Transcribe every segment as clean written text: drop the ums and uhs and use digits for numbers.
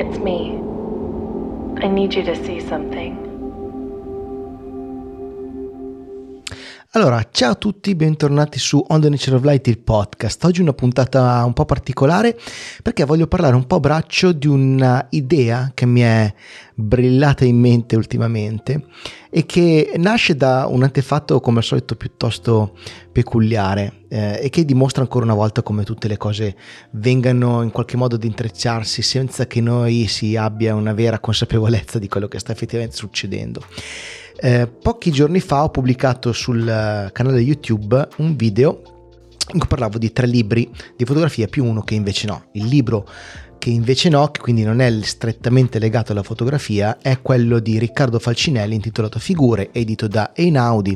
It's me. I need you to see something. Allora, ciao a tutti, bentornati su On the Nature of Light, il podcast. Oggi una puntata un po' particolare perché voglio parlare un po' a braccio di una idea che mi è brillata in mente ultimamente e che nasce da un antefatto come al solito piuttosto peculiare e che dimostra ancora una volta come tutte le cose vengano in qualche modo ad intrecciarsi senza che noi si abbia una vera consapevolezza di quello che sta effettivamente succedendo. Pochi giorni fa ho pubblicato sul canale YouTube un video in cui parlavo di 3 libri di fotografia più uno che invece no. Il libro che invece no, che quindi non è strettamente legato alla fotografia, è quello di Riccardo Falcinelli intitolato Figure, edito da Einaudi.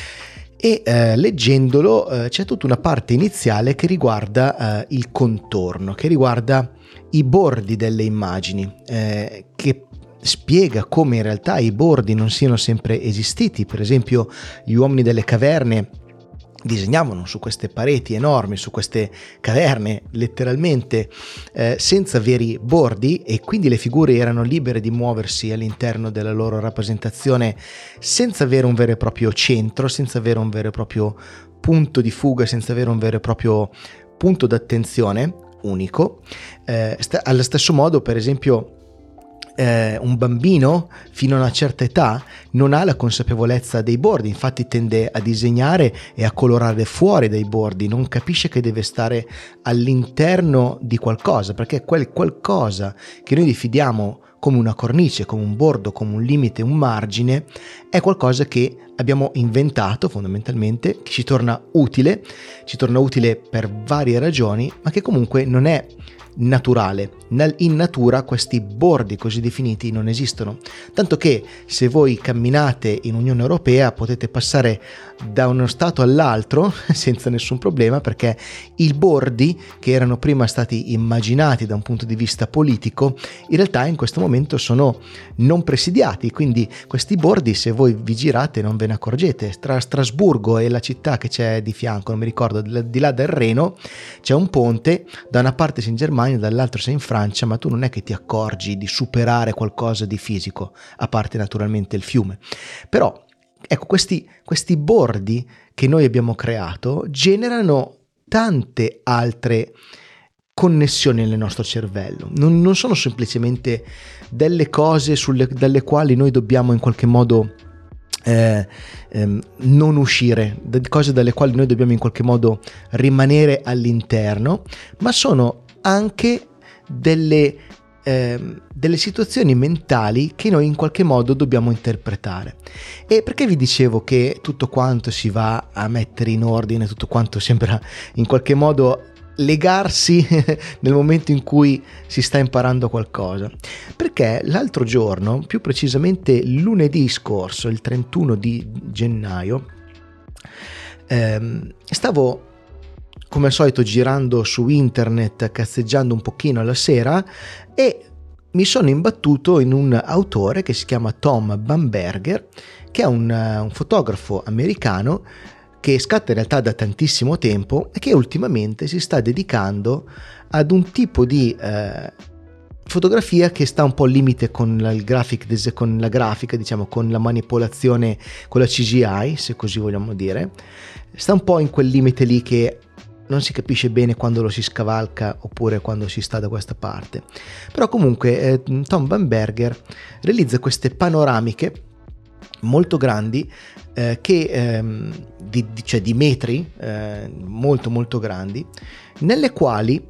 E leggendolo c'è tutta una parte iniziale che riguarda il contorno, che riguarda i bordi delle immagini, che spiega come in realtà i bordi non siano sempre esistiti. Per esempio, gli uomini delle caverne disegnavano su queste pareti enormi, su queste caverne letteralmente senza veri bordi, e quindi le figure erano libere di muoversi all'interno della loro rappresentazione senza avere un vero e proprio centro, senza avere un vero e proprio punto di fuga, senza avere un vero e proprio punto d'attenzione unico. Allo stesso modo, per esempio, un bambino fino a una certa età non ha la consapevolezza dei bordi, infatti tende a disegnare e a colorare fuori dai bordi, non capisce che deve stare all'interno di qualcosa, perché quel qualcosa che noi diffidiamo come una cornice, come un bordo, come un limite, un margine, è qualcosa che abbiamo inventato fondamentalmente, che ci torna utile per varie ragioni, ma che comunque non è naturale. In natura questi bordi così definiti non esistono, tanto che se voi camminate in Unione Europea potete passare da uno stato all'altro senza nessun problema, perché i bordi che erano prima stati immaginati da un punto di vista politico in realtà in questo momento sono non presidiati, quindi questi bordi, se voi vi girate, non ve ne accorgete. Tra Strasburgo e la città che c'è di fianco, non mi ricordo, di là del Reno c'è un ponte, da una parte sei in Germania, dall'altra sei in Francia, ma tu non è che ti accorgi di superare qualcosa di fisico, a parte naturalmente il fiume. Però ecco, questi bordi che noi abbiamo creato generano tante altre connessioni nel nostro cervello, non sono semplicemente delle cose dalle quali noi dobbiamo in qualche modo non uscire, cose dalle quali noi dobbiamo in qualche modo rimanere all'interno, ma sono anche delle situazioni mentali che noi in qualche modo dobbiamo interpretare. E perché vi dicevo che tutto quanto si va a mettere in ordine, tutto quanto sembra in qualche modo legarsi nel momento in cui si sta imparando qualcosa? Perché l'altro giorno, più precisamente lunedì scorso, il 31 di gennaio, stavo come al solito girando su internet, cazzeggiando un pochino alla sera, e mi sono imbattuto in un autore che si chiama Tom Bamberger, che è un fotografo americano che scatta in realtà da tantissimo tempo e che ultimamente si sta dedicando ad un tipo di fotografia che sta un po' al limite con con la grafica, diciamo, con la manipolazione, con la CGI, se così vogliamo dire. Sta un po' in quel limite lì che non si capisce bene quando lo si scavalca oppure quando si sta da questa parte. Però comunque Tom Bamberger realizza queste panoramiche molto grandi, cioè di metri, molto molto grandi, nelle quali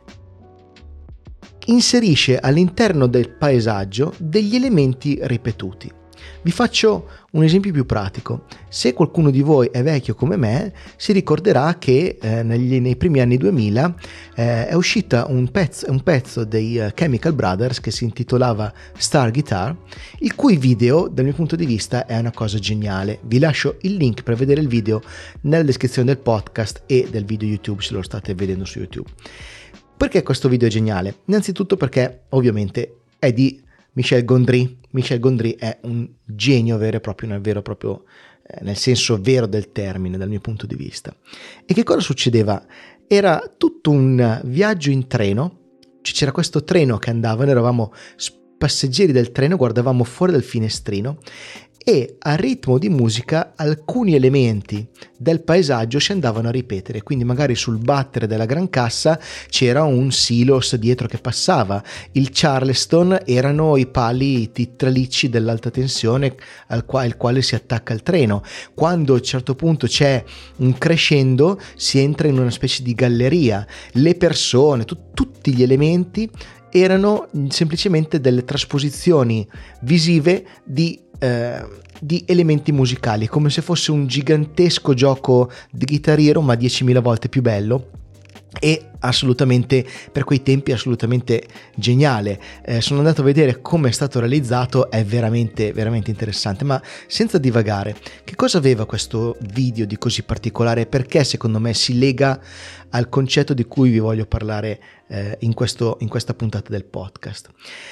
inserisce all'interno del paesaggio degli elementi ripetuti. Vi faccio un esempio più pratico. Se qualcuno di voi è vecchio come me, si ricorderà che nei primi anni 2000 è uscita un pezzo dei Chemical Brothers che si intitolava Star Guitar, il cui video, dal mio punto di vista, è una cosa geniale. Vi lascio il link per vedere il video nella descrizione del podcast e del video YouTube, se lo state vedendo su YouTube. Perché questo video è geniale? Innanzitutto perché ovviamente è di Michel Gondry. Michel Gondry è un genio vero e proprio, nel senso vero del termine, dal mio punto di vista. E che cosa succedeva? Era tutto un viaggio in treno c'era questo treno che andava, noi eravamo passeggeri del treno, guardavamo fuori dal finestrino e a ritmo di musica alcuni elementi del paesaggio si andavano a ripetere, quindi magari sul battere della gran cassa c'era un silos dietro che passava, il Charleston erano i pali tralicci dell'alta tensione al quale si attacca il treno, quando a un certo punto c'è un crescendo si entra in una specie di galleria, le persone, tutti gli elementi erano semplicemente delle trasposizioni visive di elementi musicali, come se fosse un gigantesco gioco di chitarriero ma 10.000 volte più bello e assolutamente, per quei tempi, assolutamente geniale. Sono andato a vedere come è stato realizzato, è veramente veramente interessante. Ma senza divagare, che cosa aveva questo video di così particolare? Perché secondo me si lega al concetto di cui vi voglio parlare in questa puntata del podcast.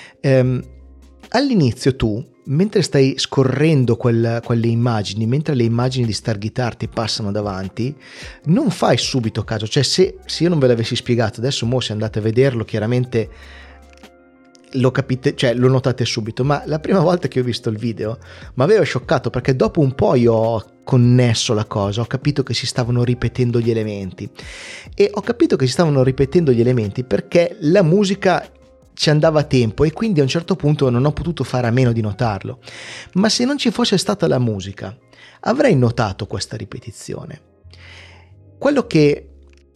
All'inizio tu, mentre stai scorrendo quelle immagini, mentre le immagini di Star Guitar ti passano davanti, non fai subito caso, cioè se io non ve l'avessi spiegato, adesso se andate a vederlo chiaramente lo capite, cioè lo notate subito, ma la prima volta che ho visto il video mi aveva scioccato, perché dopo un po' io ho connesso la cosa, ho capito che si stavano ripetendo gli elementi e ho capito che si stavano ripetendo gli elementi perché la musica ci andava a tempo e quindi a un certo punto non ho potuto fare a meno di notarlo. Ma se non ci fosse stata la musica, avrei notato questa ripetizione. Quello che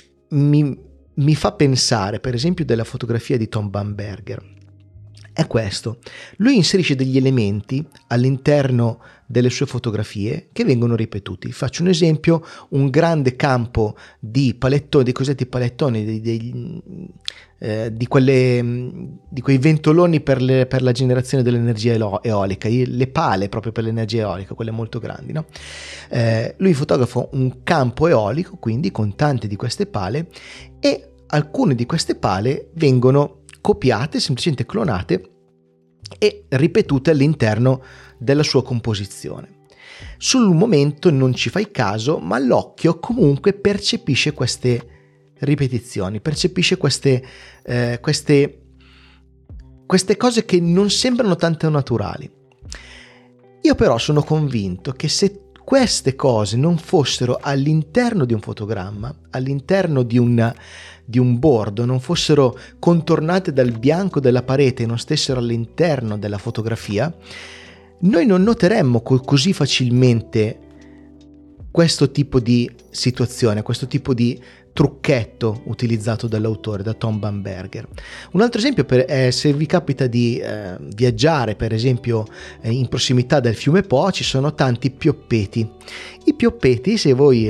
mi fa pensare, per esempio, della fotografia di Tom Bamberger è questo: lui inserisce degli elementi all'interno delle sue fotografie che vengono ripetuti. Faccio un esempio: un grande campo di palettoni, dei cosiddetti palettoni, di quei ventoloni per la generazione dell'energia eolica, le pale proprio per l'energia eolica, quelle molto grandi, no? Lui fotografa un campo eolico, quindi con tante di queste pale, e alcune di queste pale vengono copiate, semplicemente clonate e ripetute all'interno della sua composizione. Sul momento non ci fai caso, ma l'occhio comunque percepisce queste ripetizioni, percepisce queste cose che non sembrano tanto naturali. Io però sono convinto che se queste cose non fossero all'interno di un fotogramma, all'interno di un bordo, non fossero contornate dal bianco della parete e non stessero all'interno della fotografia, noi non noteremmo così facilmente questo tipo di situazione, questo tipo di trucchetto utilizzato dall'autore, da Tom Bamberger. Un altro esempio è se vi capita di viaggiare, per esempio in prossimità del fiume Po, ci sono tanti pioppeti. I pioppeti, se voi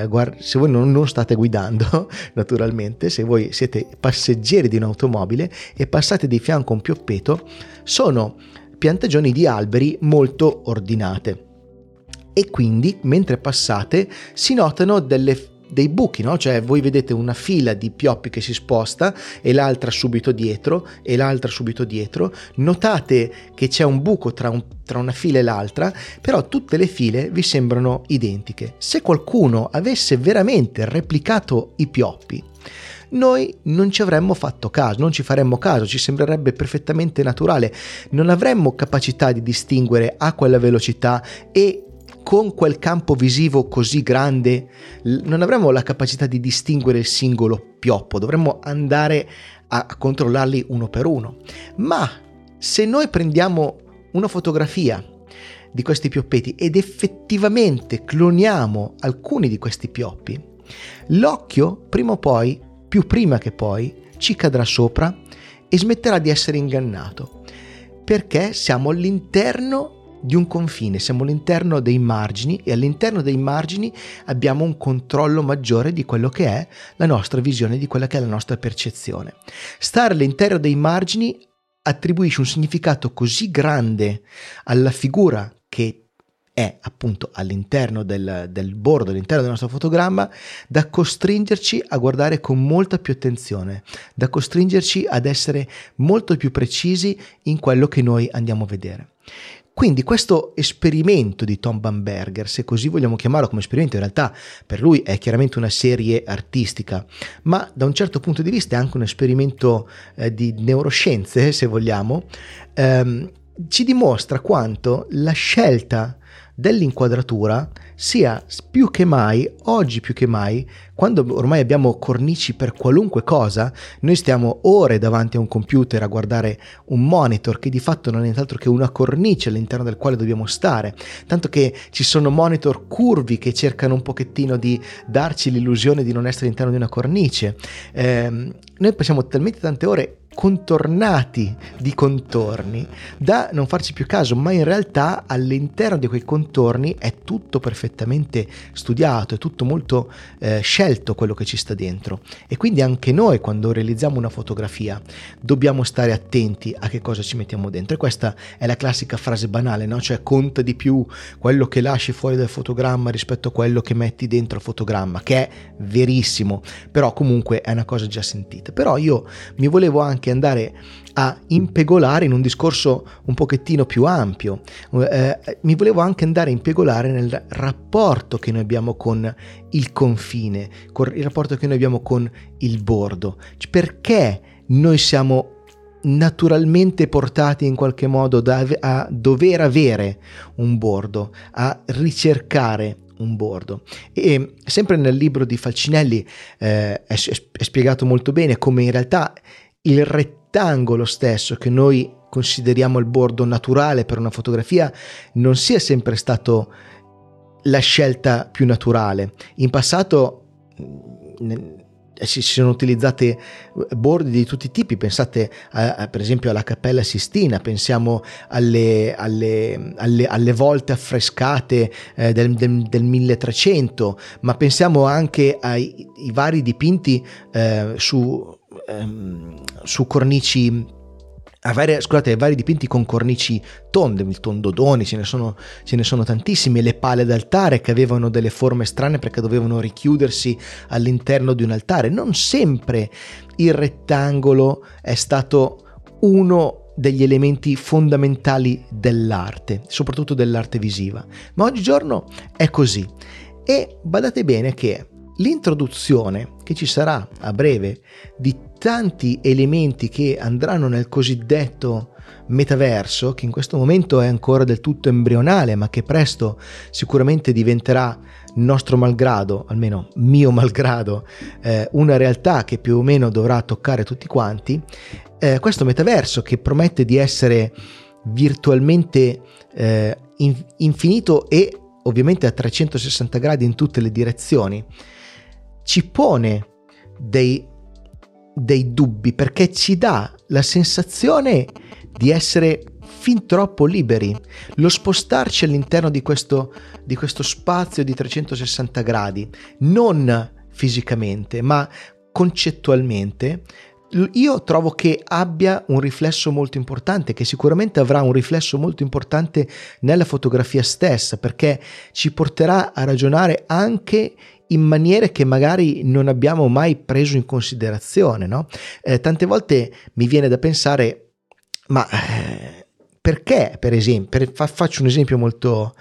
non state guidando, naturalmente, se voi siete passeggeri di un'automobile e passate di fianco a un pioppeto, sono piantagioni di alberi molto ordinate e quindi mentre passate si notano dei buchi, no? Cioè voi vedete una fila di pioppi che si sposta e l'altra subito dietro e l'altra subito dietro, notate che c'è un buco tra una fila e l'altra, però tutte le file vi sembrano identiche. Se qualcuno avesse veramente replicato i pioppi, noi non ci avremmo fatto caso, non ci faremmo caso, ci sembrerebbe perfettamente naturale, non avremmo capacità di distinguere a quella velocità e con quel campo visivo così grande non avremmo la capacità di distinguere il singolo pioppo, dovremmo andare a controllarli uno per uno. Ma se noi prendiamo una fotografia di questi pioppeti ed effettivamente cloniamo alcuni di questi pioppi, l'occhio prima o poi, più prima che poi, ci cadrà sopra e smetterà di essere ingannato, perché siamo all'interno di un confine, siamo all'interno dei margini e all'interno dei margini abbiamo un controllo maggiore di quello che è la nostra visione, di quella che è la nostra percezione. Stare all'interno dei margini attribuisce un significato così grande alla figura che è appunto all'interno del bordo, all'interno del nostro fotogramma, da costringerci a guardare con molta più attenzione, da costringerci ad essere molto più precisi in quello che noi andiamo a vedere. Quindi questo esperimento di Tom Bamberger, se così vogliamo chiamarlo come esperimento, in realtà per lui è chiaramente una serie artistica, ma da un certo punto di vista è anche un esperimento di neuroscienze, se vogliamo, ci dimostra quanto la scelta dell'inquadratura sia più che mai, oggi più che mai, quando ormai abbiamo cornici per qualunque cosa, noi stiamo ore davanti a un computer a guardare un monitor che di fatto non è nient'altro che una cornice all'interno del quale dobbiamo stare, tanto che ci sono monitor curvi che cercano un pochettino di darci l'illusione di non essere all'interno di una cornice. Noi passiamo talmente tante ore contornati di contorni da non farci più caso, ma in realtà all'interno di quei contorni è tutto perfettamente studiato, è tutto molto scelto quello che ci sta dentro, e quindi anche noi quando realizziamo una fotografia dobbiamo stare attenti a che cosa ci mettiamo dentro. E questa è la classica frase banale, no? Cioè conta di più quello che lasci fuori dal fotogramma rispetto a quello che metti dentro il fotogramma, che è verissimo, però comunque è una cosa già sentita. Però io mi volevo anche andare a impegolare in un discorso un pochettino più ampio, mi volevo anche andare a impegolare nel rapporto che noi abbiamo con il confine, il rapporto che noi abbiamo con il bordo, perché noi siamo naturalmente portati in qualche modo a dover avere un bordo, a ricercare un bordo. E sempre nel libro di Falcinelli è spiegato molto bene come in realtà il rettangolo stesso che noi consideriamo il bordo naturale per una fotografia non sia sempre stato la scelta più naturale. In passato si sono utilizzate bordi di tutti i tipi, pensate per esempio alla Cappella Sistina, pensiamo alle volte affrescate del 1300, ma pensiamo anche ai vari dipinti su cornici, ai vari dipinti con cornici tonde, il tondodoni, ce ne sono tantissimi, le pale d'altare che avevano delle forme strane perché dovevano richiudersi all'interno di un altare. Non sempre il rettangolo è stato uno degli elementi fondamentali dell'arte, soprattutto dell'arte visiva, ma oggigiorno è così. E badate bene che l'introduzione che ci sarà a breve di tanti elementi che andranno nel cosiddetto metaverso, che in questo momento è ancora del tutto embrionale, ma che presto sicuramente diventerà nostro malgrado, almeno mio malgrado, una realtà che più o meno dovrà toccare tutti quanti, questo metaverso che promette di essere virtualmente infinito e ovviamente a 360 gradi in tutte le direzioni, ci pone dei dubbi, perché ci dà la sensazione di essere fin troppo liberi. Lo spostarci all'interno di questo spazio di 360 gradi, non fisicamente ma concettualmente, io trovo che abbia un riflesso molto importante, che sicuramente avrà un riflesso molto importante nella fotografia stessa, perché ci porterà a ragionare anche in maniere che magari non abbiamo mai preso in considerazione, no? Tante volte mi viene da pensare, ma perché, per esempio, faccio un esempio molto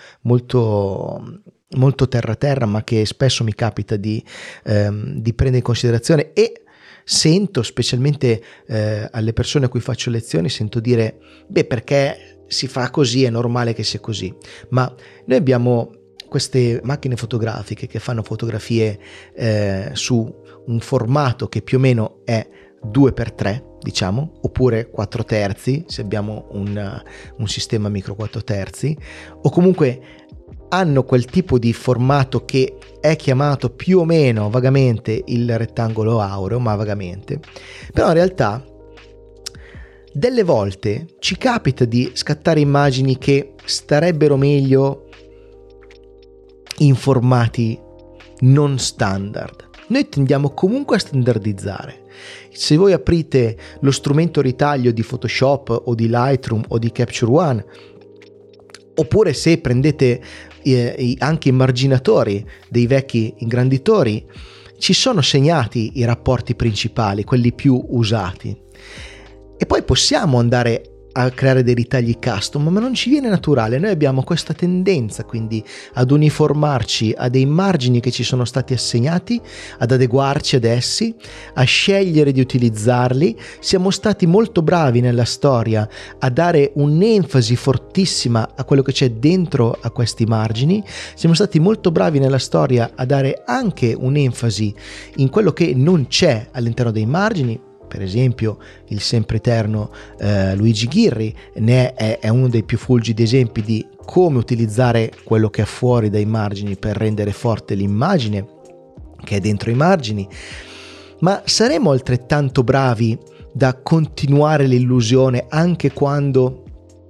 terra, ma che spesso mi capita di prendere in considerazione, e sento, specialmente alle persone a cui faccio lezioni, sento dire, perché si fa così, è normale che sia così. Ma noi abbiamo queste macchine fotografiche che fanno fotografie su un formato che più o meno è 2x3, diciamo, oppure 4/3 se abbiamo un sistema micro 4/3, o comunque hanno quel tipo di formato che è chiamato più o meno vagamente il rettangolo aureo, ma vagamente. Però in realtà delle volte ci capita di scattare immagini che starebbero meglio in formati non standard. Noi tendiamo comunque a standardizzare. Se voi aprite lo strumento ritaglio di Photoshop o di Lightroom o di Capture One, oppure se prendete anche i marginatori dei vecchi ingranditori, ci sono segnati i rapporti principali, quelli più usati, e poi possiamo andare a creare dei ritagli custom, ma non ci viene naturale. Noi abbiamo questa tendenza quindi ad uniformarci a dei margini che ci sono stati assegnati, ad adeguarci ad essi, a scegliere di utilizzarli. Siamo stati molto bravi nella storia a dare un'enfasi fortissima a quello che c'è dentro a questi margini. Siamo stati molto bravi nella storia a dare anche un'enfasi in quello che non c'è all'interno dei margini. Per esempio il sempre eterno Luigi Ghirri è uno dei più fulgidi esempi di come utilizzare quello che è fuori dai margini per rendere forte l'immagine che è dentro i margini. Ma saremo altrettanto bravi da continuare l'illusione anche quando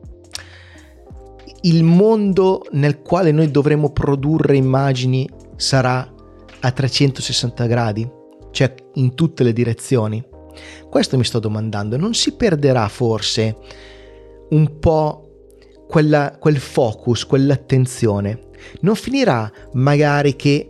il mondo nel quale noi dovremo produrre immagini sarà a 360 gradi, cioè in tutte le direzioni? Questo mi sto domandando. Non si perderà forse un po' quel focus, quell'attenzione? Non finirà magari che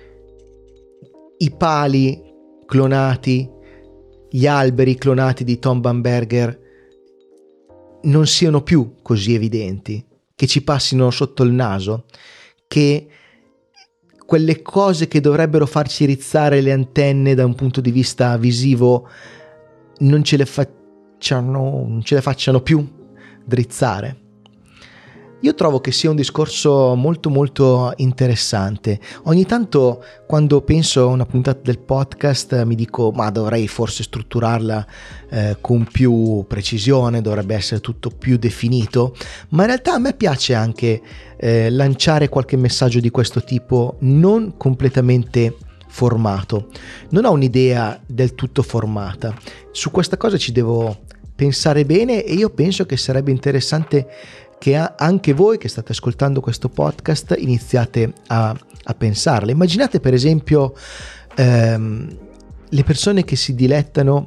i pali clonati, gli alberi clonati di Tom Bamberger non siano più così evidenti, che ci passino sotto il naso, che quelle cose che dovrebbero farci rizzare le antenne da un punto di vista visivo non ce le facciano più drizzare? Io trovo che sia un discorso molto molto interessante. Ogni tanto quando penso a una puntata del podcast mi dico ma dovrei forse strutturarla con più precisione, dovrebbe essere tutto più definito, ma in realtà a me piace anche lanciare qualche messaggio di questo tipo non completamente formato. Non ho un'idea del tutto formata. Su questa cosa ci devo pensare bene e io penso che sarebbe interessante che anche voi che state ascoltando questo podcast iniziate a pensarle. Immaginate per esempio le persone che si dilettano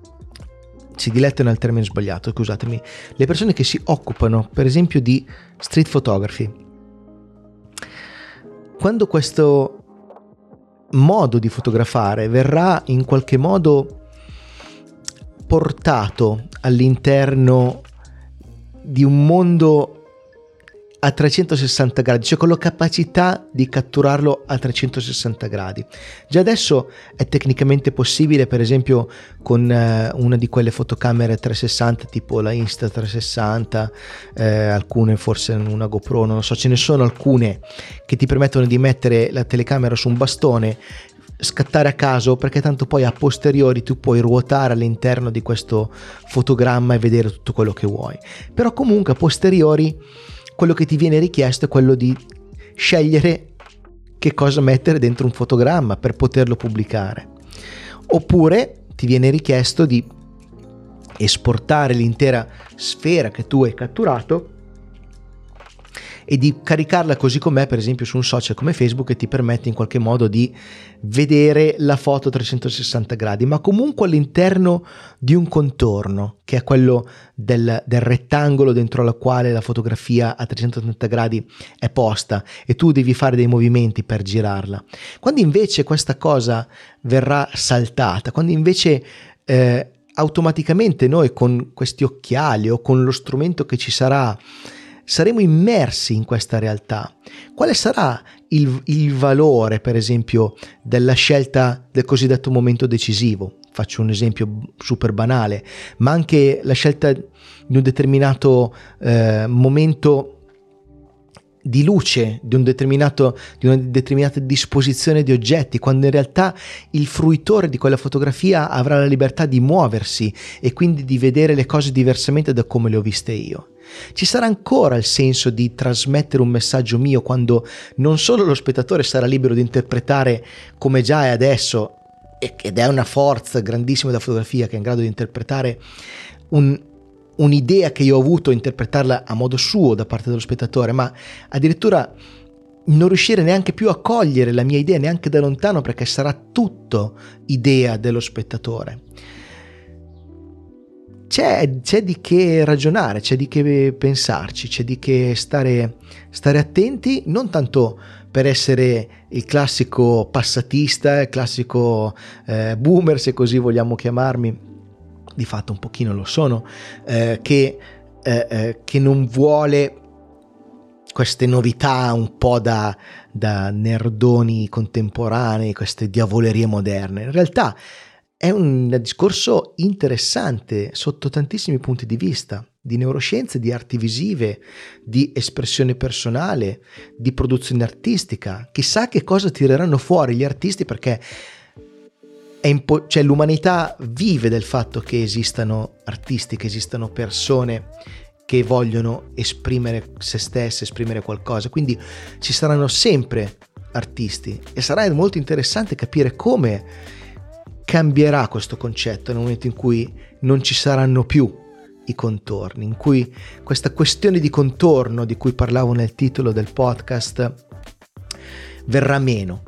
è il termine sbagliato, scusatemi, le persone che si occupano per esempio di street photography. Quando questo modo di fotografare verrà in qualche modo portato all'interno di un mondo a 360 gradi, cioè con la capacità di catturarlo a 360 gradi. Già adesso è tecnicamente possibile, per esempio con una di quelle fotocamere 360 tipo la Insta360, alcune forse una GoPro, non lo so, ce ne sono alcune che ti permettono di mettere la telecamera su un bastone, scattare a caso, perché tanto poi a posteriori tu puoi ruotare all'interno di questo fotogramma e vedere tutto quello che vuoi. Però comunque a posteriori quello che ti viene richiesto è quello di scegliere che cosa mettere dentro un fotogramma per poterlo pubblicare, oppure ti viene richiesto di esportare l'intera sfera che tu hai catturato e di caricarla così com'è, per esempio su un social come Facebook, che ti permette in qualche modo di vedere la foto a 360 gradi, ma comunque all'interno di un contorno che è quello del rettangolo dentro la quale la fotografia a 360 gradi è posta e tu devi fare dei movimenti per girarla. Quando invece questa cosa verrà saltata, quando invece automaticamente noi con questi occhiali o con lo strumento che ci sarà saremo immersi in questa realtà, quale sarà il valore, per esempio, della scelta del cosiddetto momento decisivo? Faccio un esempio super banale, ma anche la scelta di un determinato momento di luce, di una determinata disposizione di oggetti, quando in realtà il fruitore di quella fotografia avrà la libertà di muoversi e quindi di vedere le cose diversamente da come le ho viste io. Ci sarà ancora il senso di trasmettere un messaggio mio quando non solo lo spettatore sarà libero di interpretare come già è adesso, ed è una forza grandissima della fotografia che è in grado di interpretare un'idea che io ho avuto, interpretarla a modo suo da parte dello spettatore, ma addirittura non riuscire neanche più a cogliere la mia idea neanche da lontano, perché sarà tutto idea dello spettatore. C'è di che ragionare, c'è di che pensarci, c'è di che stare attenti, non tanto per essere il classico passatista, il classico boomer, se così vogliamo chiamarmi, di fatto un pochino lo sono, che che non vuole queste novità un po' da nerdoni contemporanei, queste diavolerie moderne. In realtà è un discorso interessante sotto tantissimi punti di vista, di neuroscienze, di arti visive, di espressione personale, di produzione artistica. Chissà che cosa tireranno fuori gli artisti, perché cioè, l'umanità vive del fatto che esistano artisti, che esistano persone che vogliono esprimere se stesse, esprimere qualcosa. Quindi ci saranno sempre artisti e sarà molto interessante capire come cambierà questo concetto nel momento in cui non ci saranno più i contorni, in cui questa questione di contorno di cui parlavo nel titolo del podcast verrà meno,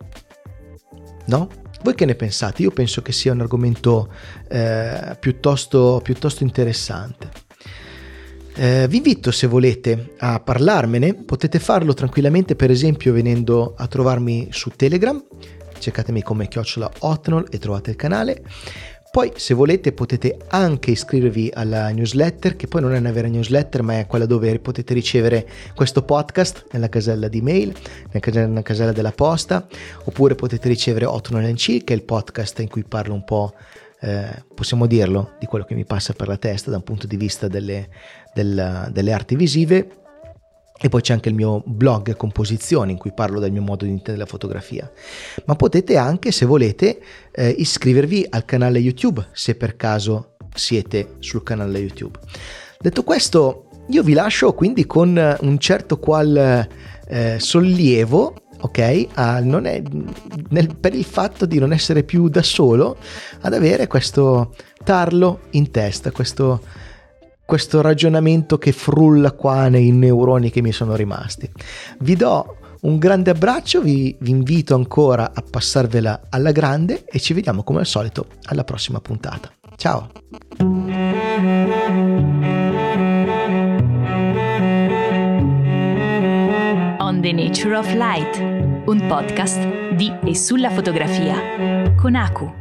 no? Voi che ne pensate? Io penso che sia un argomento piuttosto interessante. Vi invito, se volete, a parlarmene. Potete farlo tranquillamente, per esempio venendo a trovarmi su Telegram, cercatemi come @Otnol e trovate il canale. Poi, se volete, potete anche iscrivervi alla newsletter, che poi non è una vera newsletter, ma è quella dove potete ricevere questo podcast nella casella di mail, nella casella della posta, oppure potete ricevere Otnol and Chill, che è il podcast in cui parlo un po', possiamo dirlo, di quello che mi passa per la testa da un punto di vista delle arti visive. E poi c'è anche il mio blog Composizioni, in cui parlo del mio modo di intendere la fotografia. Ma potete anche, se volete, iscrivervi al canale YouTube, se per caso siete sul canale YouTube. Detto questo, io vi lascio quindi con un certo qual sollievo, ok, per il fatto di non essere più da solo, ad avere questo tarlo in testa, questo ragionamento che frulla qua nei neuroni che mi sono rimasti. Vi do un grande abbraccio, vi invito ancora a passarvela alla grande e ci vediamo come al solito alla prossima puntata. Ciao! On the Nature of Light, un podcast di e sulla fotografia con Aku.